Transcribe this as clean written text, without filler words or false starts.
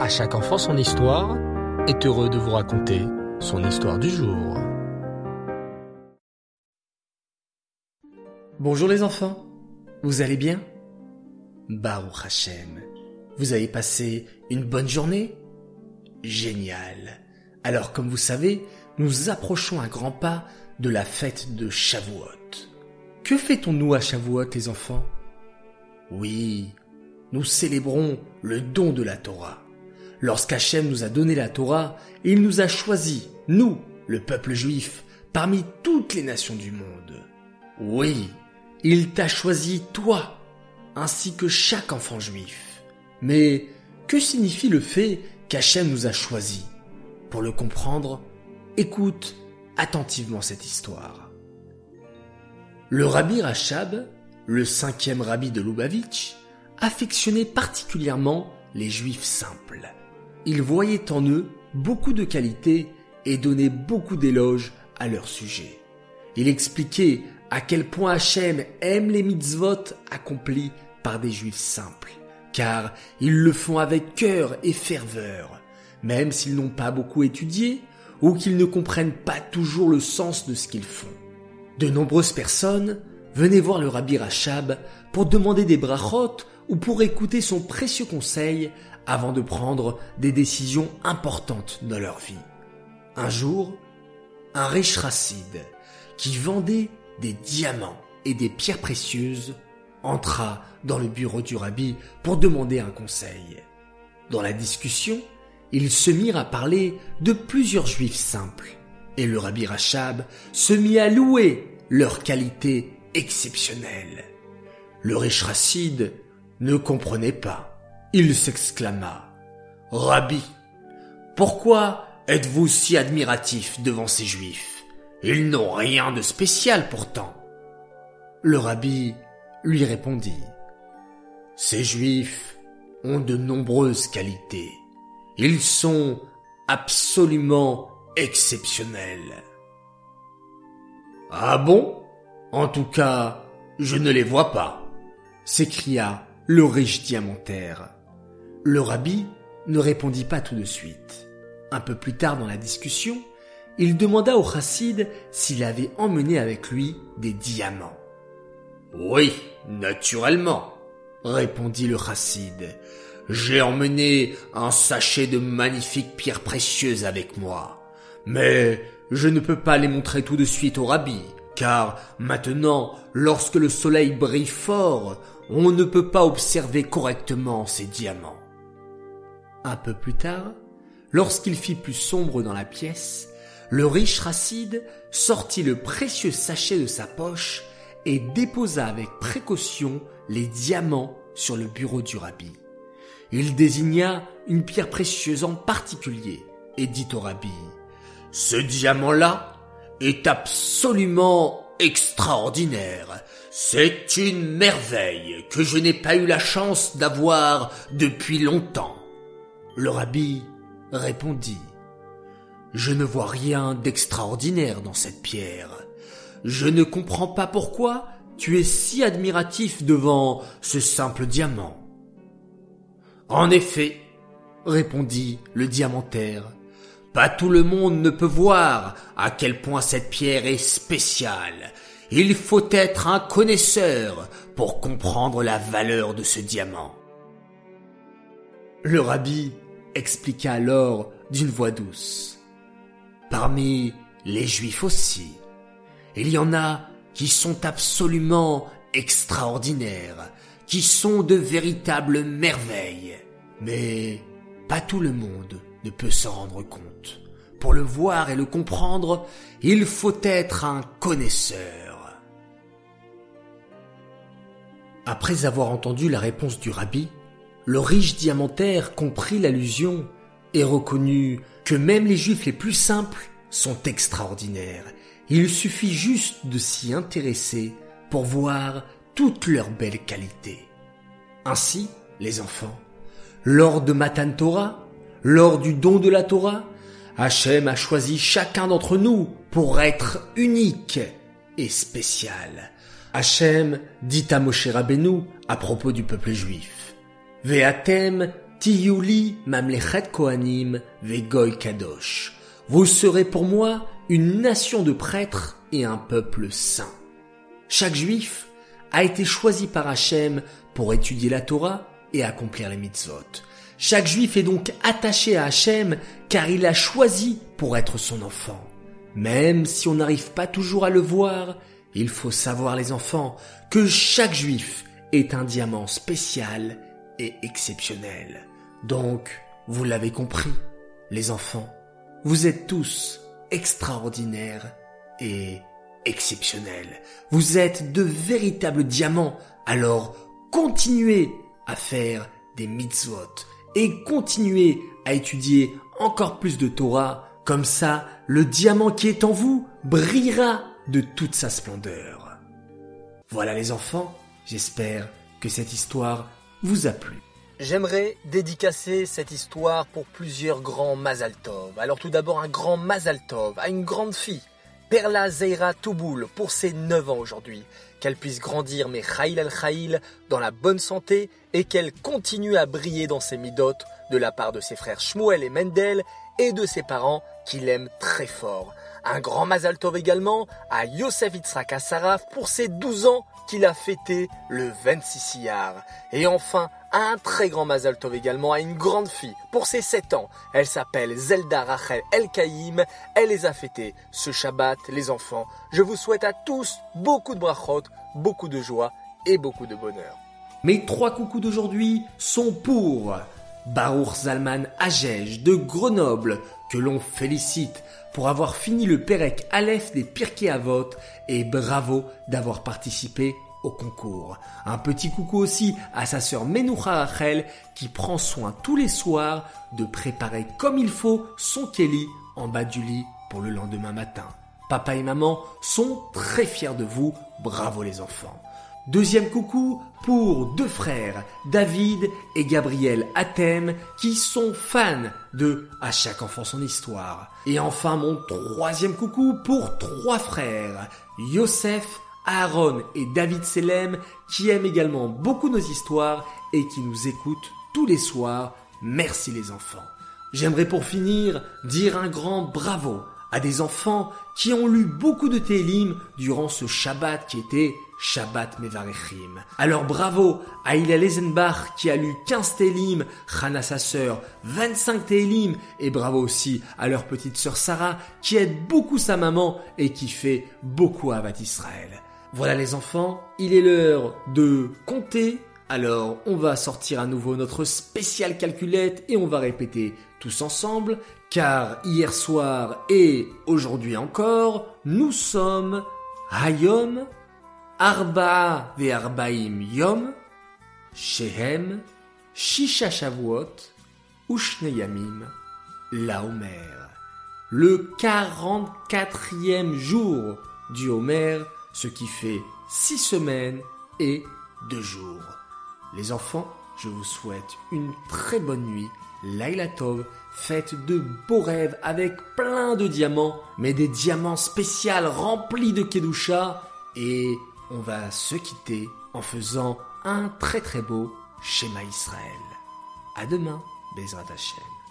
À chaque enfant son histoire est heureux de vous raconter son histoire du jour. Bonjour les enfants, vous allez bien? Baruch Hashem, vous avez passé une bonne journée? Génial. Alors comme vous savez, nous approchons à grands pas de la fête de Shavuot. Que fêtons-nous à Shavuot les enfants? Oui, nous célébrons le don de la Torah. Lorsqu'Hachem nous a donné la Torah, il nous a choisis, nous, le peuple juif, parmi toutes les nations du monde. Oui, il t'a choisi toi, ainsi que chaque enfant juif. Mais que signifie le fait qu'Hachem nous a choisis? Pour le comprendre, écoute attentivement cette histoire. Le rabbi Rachab, le 5e rabbi de Lubavitch, affectionnait particulièrement les juifs simples. Il voyait en eux beaucoup de qualités et donnait beaucoup d'éloges à leur sujet. Il expliquait à quel point Hachem aime les mitzvot accomplis par des juifs simples, car ils le font avec cœur et ferveur, même s'ils n'ont pas beaucoup étudié ou qu'ils ne comprennent pas toujours le sens de ce qu'ils font. De nombreuses personnes venaient voir le rabbi Rachab pour demander des brachot ou pour écouter son précieux conseil avant de prendre des décisions importantes dans leur vie. Un jour, un riche chassid qui vendait des diamants et des pierres précieuses entra dans le bureau du rabbi pour demander un conseil. Dans la discussion, ils se mirent à parler de plusieurs juifs simples et le rabbi Rachab se mit à louer leurs qualités exceptionnelles. Le riche chassid ne comprenait pas. Il s'exclama: « Rabbi, pourquoi êtes-vous si admiratif devant ces juifs? Ils n'ont rien de spécial pourtant. » Le rabbi lui répondit: « Ces juifs ont de nombreuses qualités. Ils sont absolument exceptionnels. »« Ah bon? En tout cas, je ne les vois pas, » s'écria le riche diamantaire. Le rabbi ne répondit pas tout de suite. Un peu plus tard dans la discussion, il demanda au chassid s'il avait emmené avec lui des diamants. « Oui, naturellement, » répondit le chassid. « J'ai emmené un sachet de magnifiques pierres précieuses avec moi. Mais je ne peux pas les montrer tout de suite au rabbi, car maintenant, lorsque le soleil brille fort, on ne peut pas observer correctement ces diamants. » Un peu plus tard, lorsqu'il fit plus sombre dans la pièce, le riche chassid sortit le précieux sachet de sa poche et déposa avec précaution les diamants sur le bureau du rabbi. Il désigna une pierre précieuse en particulier et dit au rabbi: « Ce diamant-là est absolument extraordinaire. C'est une merveille que je n'ai pas eu la chance d'avoir depuis longtemps. » Le rabbi répondit: « Je ne vois rien d'extraordinaire dans cette pierre. Je ne comprends pas pourquoi tu es si admiratif devant ce simple diamant. » « En effet, » répondit le diamantaire, « pas tout le monde ne peut voir à quel point cette pierre est spéciale. Il faut être un connaisseur pour comprendre la valeur de ce diamant. » Le rabbi expliqua alors d'une voix douce: « Parmi les juifs aussi, il y en a qui sont absolument extraordinaires, qui sont de véritables merveilles. Mais pas tout le monde ne peut s'en rendre compte. Pour le voir et le comprendre, il faut être un connaisseur. » Après avoir entendu la réponse du rabbi, le riche diamantaire comprit l'allusion et reconnut que même les juifs les plus simples sont extraordinaires. Il suffit juste de s'y intéresser pour voir toutes leurs belles qualités. Ainsi, les enfants, lors de Matan Torah, lors du don de la Torah, Hachem a choisi chacun d'entre nous pour être unique et spécial. Hachem dit à Moshe Rabbeinu à propos du peuple juif: « Ve'atem Tiyuli mamlechet kohanim vegoy kadosh. Vous serez pour moi une nation de prêtres et un peuple saint. Chaque juif a été choisi par Hachem pour étudier la Torah et accomplir les mitzvot. Chaque juif est donc attaché à Hachem car il l'a choisi pour être son enfant. Même si on n'arrive pas toujours à le voir, il faut savoir les enfants que chaque juif est un diamant spécial et exceptionnel. Donc, vous l'avez compris, les enfants, vous êtes tous extraordinaires et exceptionnels. Vous êtes de véritables diamants, alors continuez à faire des mitzvot et continuez à étudier encore plus de Torah. Comme ça, le diamant qui est en vous brillera de toute sa splendeur. Voilà les enfants, j'espère que cette histoire vous a plu. J'aimerais dédicacer cette histoire pour plusieurs grands Mazal Tov. Alors tout d'abord un grand Mazal Tov à une grande fille, Perla Zeira Touboul, pour ses 9 ans aujourd'hui. Qu'elle puisse grandir mais Chaïl al-Chaïl dans la bonne santé et qu'elle continue à briller dans ses midot de la part de ses frères Shmuel et Mendel et de ses parents qui l'aiment très fort. Un grand Mazal Tov également à Yosef Yitzhak Assaraf pour ses 12 ans qu'il a fêté le 26 Iyar. Et enfin, un très grand Mazal Tov également à une grande fille pour ses 7 ans. Elle s'appelle Zelda Rachel El-Kaïm. Elle les a fêtés ce Shabbat, les enfants. Je vous souhaite à tous beaucoup de brachot, beaucoup de joie et beaucoup de bonheur. Mes 3 coucous d'aujourd'hui sont pour Baruch Zalman Hagej de Grenoble, que l'on félicite pour avoir fini le Perek Aleph des Pirkei Avot et bravo d'avoir participé au concours. Un petit coucou aussi à sa sœur Menoucha Rachel qui prend soin tous les soirs de préparer comme il faut son Kéli en bas du lit pour le lendemain matin. Papa et maman sont très fiers de vous, bravo les enfants. Deuxième coucou pour 2 frères, David et Gabriel Atem, qui sont fans de À chaque enfant son histoire. Et enfin mon 3e coucou pour 3 frères, Yosef, Aaron et David Selem, qui aiment également beaucoup nos histoires et qui nous écoutent tous les soirs. Merci les enfants. J'aimerais pour finir dire un grand bravo à des enfants qui ont lu beaucoup de Télim durant ce Shabbat qui était Shabbat Mevarechim. Alors bravo à Hillel Eisenbach qui a lu 15 Télim, Hana sa sœur 25 Télim et bravo aussi à leur petite sœur Sarah qui aide beaucoup sa maman et qui fait beaucoup Avat Israël. Voilà les enfants, il est l'heure de compter. Alors on va sortir à nouveau notre spéciale calculette et on va répéter tous ensemble car hier soir et aujourd'hui encore, nous sommes Hayom Arba'a ve'arbaim Yom Shehem Shisha Shavuot Ushne Yamim LaOmer. Le 44e jour du Homer, ce qui fait 6 semaines et 2 jours. Les enfants, je vous souhaite une très bonne nuit. Laila Tov, faites de beaux rêves avec plein de diamants, mais des diamants spéciaux remplis de Kedusha. Et on va se quitter en faisant un très très beau Shema Israël. À demain, Bezrat Hashem.